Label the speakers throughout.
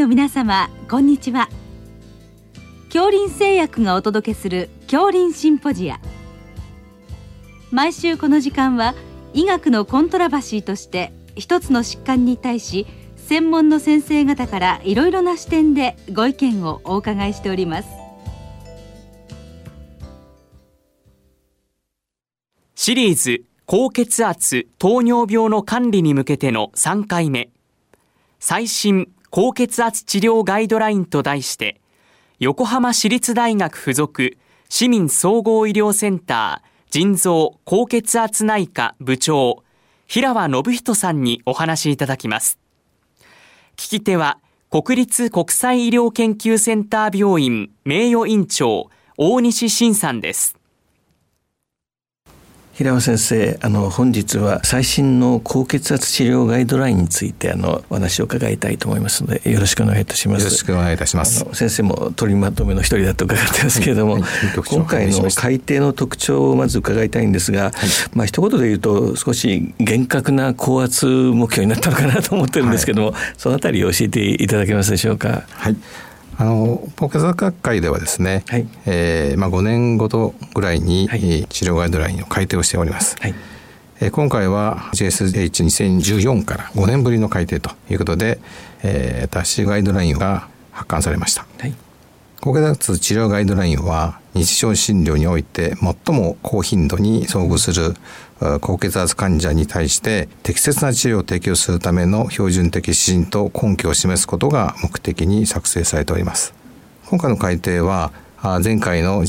Speaker 1: の皆様、こんにちは。杏林製薬がお届けする杏林シンポジア。毎週この時間は医学のコントラバシーとして一つの疾患に対し専門の先生方からいろいろな視点でご意見をお伺いしております。
Speaker 2: シリーズ高血圧・糖尿病の管理に向けての3回目、最新高血圧治療ガイドラインと題して、横浜市立大学附属市民総合医療センター腎臓高血圧内科部長、平和信人さんにお話しいただきます。聞き手は国立国際医療研究センター病院名誉院長、大西晋さんです。
Speaker 3: 平尾先生、本日は最新の高血圧治療ガイドラインについてお話を伺いたいと思いますので、よろしくお願いいたします。
Speaker 4: よろしくお願いいたします。
Speaker 3: 先生も取りまとめの一人だと伺ってますけれども、今回の改定の特徴をまず伺いたいんですが、一言で言うと少し厳格な高圧目標になったのかなと思ってるんですけども、そのあたりを教えていただけますでしょうか。
Speaker 4: はい、高血圧学会ではですね、5年ごとぐらいに、治療ガイドラインを改定をしております。今回は JSH2014 から5年ぶりの改定ということで、新しいガイドラインが発刊されました。高血圧治療ガイドラインは日常診療において最も高頻度に遭遇する高血圧患者に対して適切な治療を提供するための標準的指針と根拠を示すことが目的に作成されております。今回の改定は前回の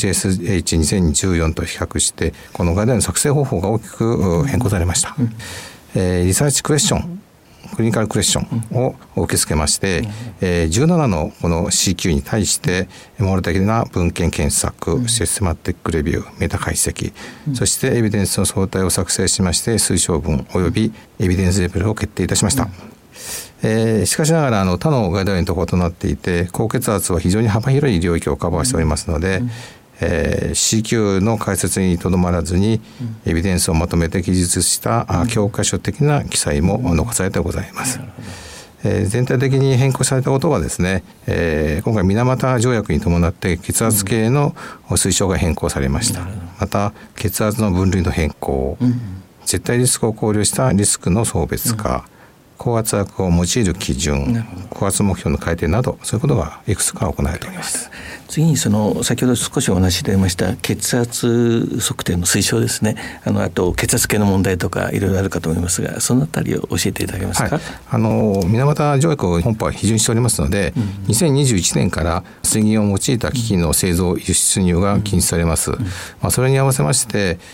Speaker 4: JSH2014 と比較してこのガイドラインの作成方法が大きく変更されました。リサーチクエスチョン、クリニカルクエスチョンを受け付けまして、17のこの CQ に対して網羅的な文献検索、システマティックレビュー、メタ解析、そしてエビデンスの相対を作成しまして推奨文およびエビデンスレベルを決定いたしました。しかしながら他のガイドラインと異なっていて、高血圧は非常に幅広い領域をカバーしておりますので、CQ の解説にとどまらずにエビデンスをまとめて記述した教科書的な記載も残されてございます。全体的に変更されたことはですね、今回水俣条約に伴って血圧計の推奨が変更されました。また血圧の分類の変更、絶対リスクを考慮したリスクの層別化、高圧薬を用いる基準、高圧目標の改定など、そういうことがいくつか行われております。
Speaker 3: 次に先ほど少しお話しいただきました血圧測定の推奨ですね。あと血圧計の問題とかいろいろあるかと思いますが、そのあたりを教えていただけますか。
Speaker 4: 水俣条約を本法は批准しておりますので、2021年から水銀を用いた機器の製造輸出入が禁止されます。それに合わせまして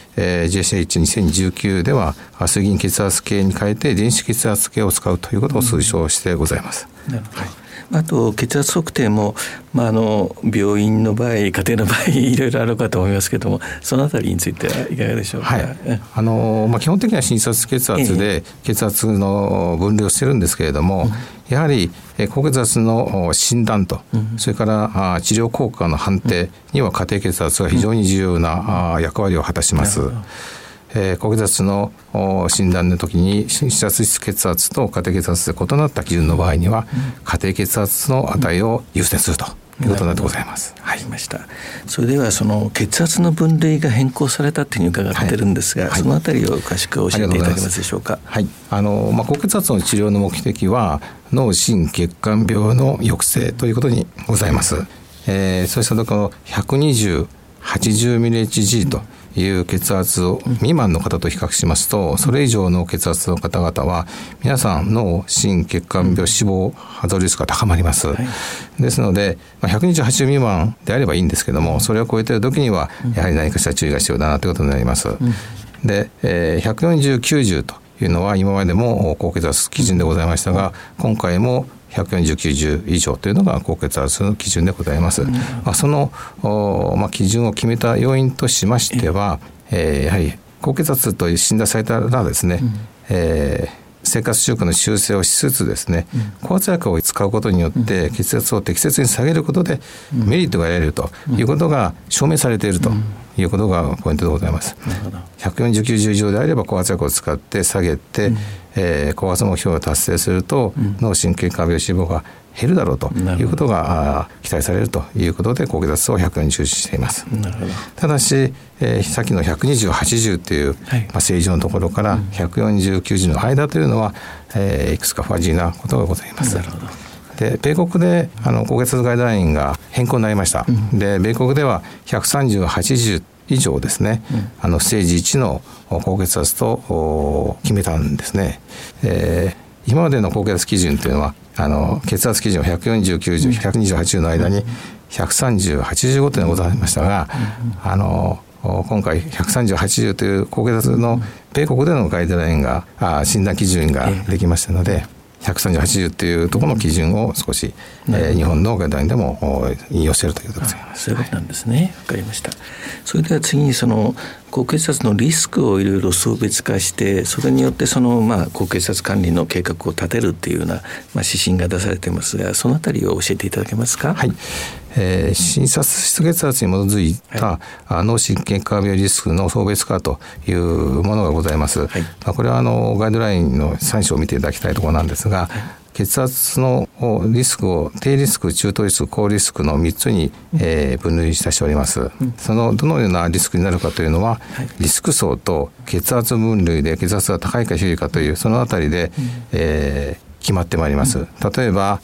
Speaker 4: 、JSH2019 では水銀血圧計に変えて電子血圧計を使うということを推奨してございます。
Speaker 3: あと血圧測定も、病院の場合、家庭の場合いろいろあるかと思いますけども、そのあたりについてはいかがでしょうか。
Speaker 4: 基本的には診察血圧で血圧の分類をしてるんですけれども、やはり高血圧の診断と、それから治療効果の判定には家庭血圧が非常に重要な役割を果たします。高血圧の診断の時に診察室血圧と家庭血圧で異なった基準の場合には、家庭血圧の値を優先するということになってございます。
Speaker 3: それではその血圧の分類が変更されたというふうに伺ってるんですが、そのあたりを詳しく教えていただけますでしょうか。
Speaker 4: 高血圧の治療の目的は脳心血管病の抑制ということにございます。そうしたところ120、80mHg という血圧を未満の方と比較しますと、それ以上の血圧の方々は皆さん脳心血管病死亡ハザードリスクが高まります。ですので120、80未満であればいいんですけども、それを超えている時にはやはり何かしら注意が必要だなということになります。で、140、90というのは今までも高血圧基準でございましたが、今回も140、90以上というのが高血圧の基準でございます。その、基準を決めた要因としましては、やはり高血圧と診断されたらですね、生活習慣の修正をしつつですね、高圧薬を使うことによって血圧を適切に下げることでメリットが得られるということが証明されているということがポイントでございます。140、90以上であれば高圧薬を使って下げて、高圧目標を達成すると脳神経管病死亡が減るだろうということが期待されるということで、高血圧を140にしています。ただし、さっきの120、80という、正常のところから140、90の間というのは、いくつかファジーなことがございます。で米国で高血圧ガイドラインが変更になりました。で米国では130、80以上ですね、ステージ1の高血圧と決めたんですね。今までの高血圧基準というのは血圧基準は140、90、120、80の間に130、85というのがございましたが、今回130、80という高血圧の米国でのガイドラインが診断基準ができましたので、130、80というところの基準を少し、日本のガイドラインでも引用しているということでございます。
Speaker 3: そういうことなんですね。わかりました。それでは次に高血圧のリスクをいろいろ層別化して、それによって高血圧管理の計画を立てるっていうような、指針が出されていますが、そのあたりを教えていただけますか。
Speaker 4: はい。診察室血圧に基づいた、脳神経科病リスクの層別化というものがございます。これはガイドラインの3章を見ていただきたいところなんですが、血圧のリスクを低リスク、中等リスク、高リスクの3つに分類しております。そのどのようなリスクになるかというのは、リスク層と血圧分類で血圧が高いか低いかというそのあたりで、決まってまいります。例えば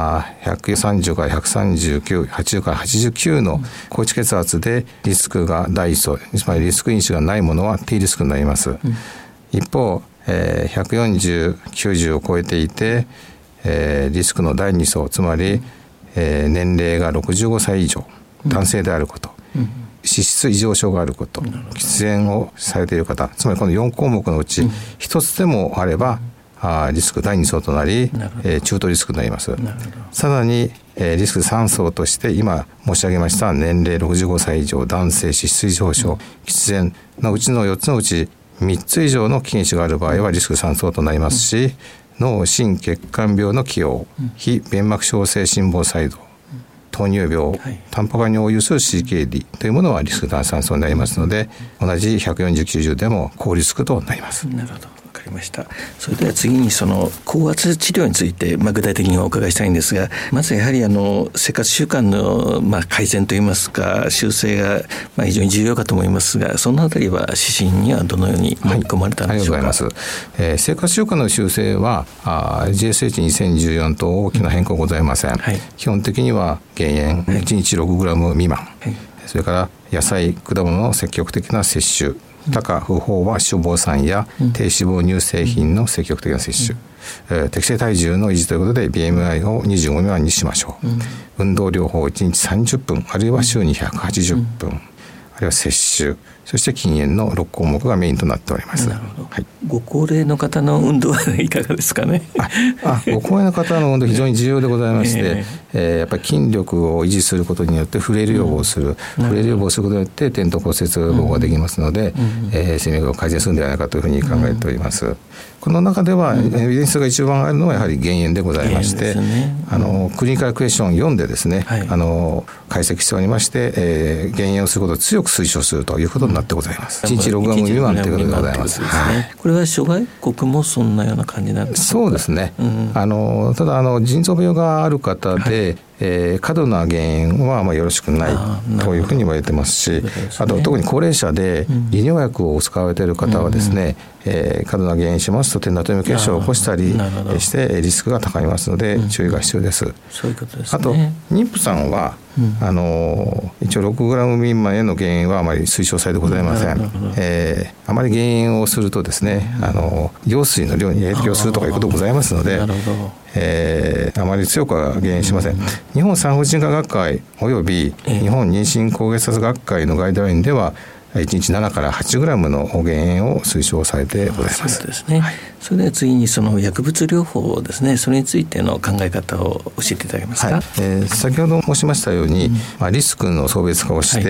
Speaker 4: 130から139、80から89の高値血圧でリスクが第1層、つまりリスク因子がないものは低リスクになります。一方、140、90を超えていて、リスクの第2層、つまり、年齢が65歳以上、男性であること、脂質異常症があること、喫煙をされている方、つまりこの4項目のうち1つでもあれば、リスク第2層となり、中等リスクになります。さらに、リスク3層として今申し上げました年齢65歳以上、男性、脂質異常症、喫煙のうちの4つのうち3つ以上の危険種がある場合はリスク3層となりますし、脳心血管病の既往、非弁膜症性心房細動、糖尿病、タンパクに応有する CKD というものはリスク3層になりますので、同じ140、90でも高リスクとなります。
Speaker 3: なるほど、わかりました。それでは次に高圧治療について、具体的にお伺いしたいんですが、まずやはり生活習慣の改善といいますか修正が非常に重要かと思いますが、そのあたりは指針にはどのように盛り込まれたんでしょうか。
Speaker 4: ありがとうございます。生活習慣の修正はGSH2014 と大きな変更ございません。基本的には減塩、1日 6g 未満、それから野菜果物の積極的な摂取、多価不飽和脂肪酸や低脂肪乳製品の積極的な摂取、適正体重の維持ということで BMI を25未満にしましょう。運動療法を1日30分あるいは週に180分、あるいは摂取、そして禁煙の6項目がメインとなっております。
Speaker 3: ご高齢の方の運動はいかがですかね。
Speaker 4: ご高齢の方の運動非常に重要でございまして、やっぱり筋力を維持することによってフレイル予防する、フレイル予防することによって転倒骨折予防ができますので、生命を改善するのではないかというふうに考えております。この中ではエビデンスが一番あるのはやはり減塩でございまして、クリニカルクエスチョン4でですね、解析しておりまして、減塩をすることを強く推奨するということになってございます。1日 6g 未満ということでございます。
Speaker 3: これは諸外国もそんなような感じなんですか。
Speaker 4: そうですね。ただ腎臓病がある方で、過度な減塩はよろしくないというふうに言われてますし、あと特に高齢者で利尿薬を使われている方はですね、過度な減塩しますと低ナトリウム血症を起こしたりしてリスクが高まりますので注意が必要です。
Speaker 3: そういうことですね。
Speaker 4: あと妊婦さんは一応 6g 未満への減塩はあまり推奨されてございません。あまり減塩をするとですね、羊水の量に影響するとかいうことございますので、あまり強くは減塩しません。日本産婦人科学会および日本妊娠高血圧学会のガイドラインでは1日7から 8g の減塩を推奨されてございます。
Speaker 3: そうですね。それでは次に薬物療法ですね、それについての考え方を教えていただけますか。
Speaker 4: 先ほど申しましたように、リスクの層別化をして、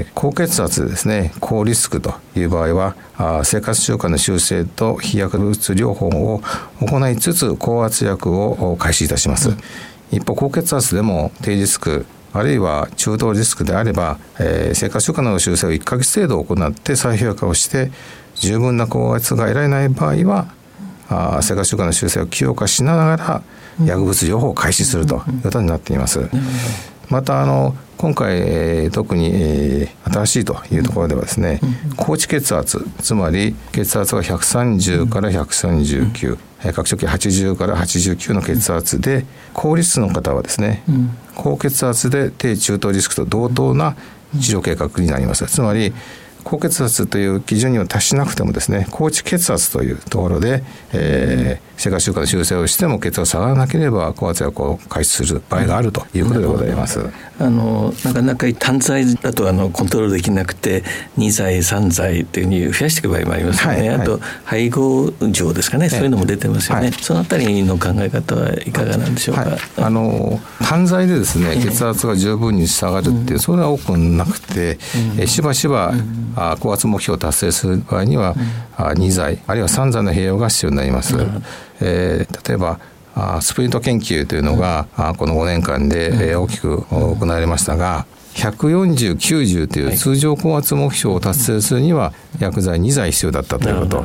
Speaker 4: 高血圧ですね、高リスクという場合は生活習慣の修正と非薬物療法を行いつつ高圧薬を開始いたします。一方高血圧でも低リスクあるいは中等リスクであれば、生活習慣の修正を1ヶ月程度行って再評価をして十分な高圧が得られない場合は生活習慣の修正を強化しなが薬物療法を開始するということになっています。また今回特に新しいというところではですね、高値血圧、つまり血圧が130から139、各所期80から89の血圧で、高リスクの方はですね、高血圧で低中等リスクと同等な治療計画になります。つまり高血圧という基準には達しなくてもですね、高値血圧というところで、生活習慣の修正をしても血圧下がらなければ高圧薬を開始する場合があるということでございます。
Speaker 3: なかなか単剤だとコントロールできなくて2剤3剤というふうに増やしていく場合もありますよね。あと配合錠ですかね、そういうのも出てますよね。そのあたりの考え方はいかがなんでしょうか。
Speaker 4: 単剤でですね、血圧が十分に下がるっていう、それは多くなくて、しばしば高圧目標を達成する場合には2剤あるいは3剤の併用が必要になります。例えばスプリント研究というのがこの5年間で大きく行われましたが、140、90という通常高圧目標を達成するには薬剤2剤必要だったということ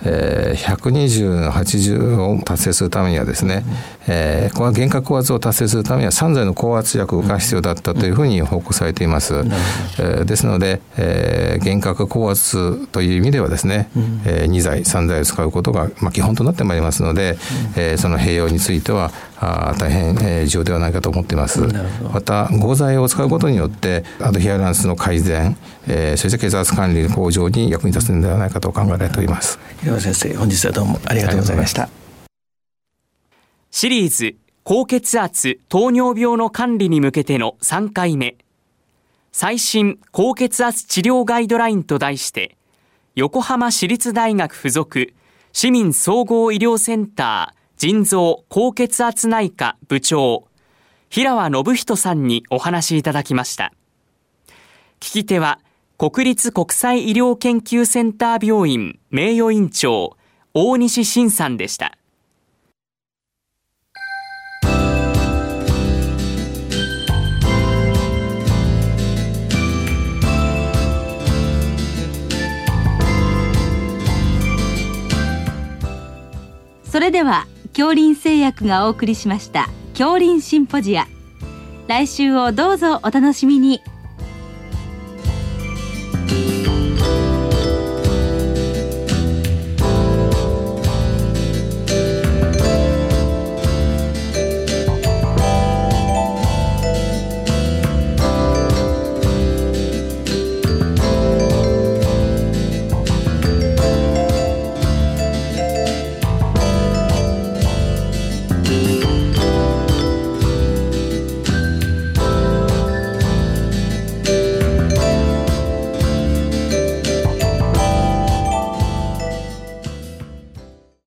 Speaker 4: 、120、80を達成するためにはですね、この厳格高圧を達成するためには3剤の高圧薬が必要だったというふうに報告されています。ですので、厳格高圧という意味ではですね、2剤、3剤を使うことが基本となってまいりますので、その併用については大変重要ではないかと思っています。また5剤を使うことによってアドヒアランスの改善、そして血圧管理向上に役に立つのではないかと考えられております。
Speaker 3: 平山先生、本日はどうもありがとうございました。
Speaker 2: シリーズ高血圧糖尿病の管理に向けての3回目、最新高血圧治療ガイドラインと題して、横浜市立大学附属市民総合医療センター腎臓高血圧内科部長平和信人さんにお話しいただきました。聞き手は国立国際医療研究センター病院名誉院長大西晋さんでした。
Speaker 1: それでは杏林製薬がお送りしました杏林シンポジア、来週をどうぞお楽しみに。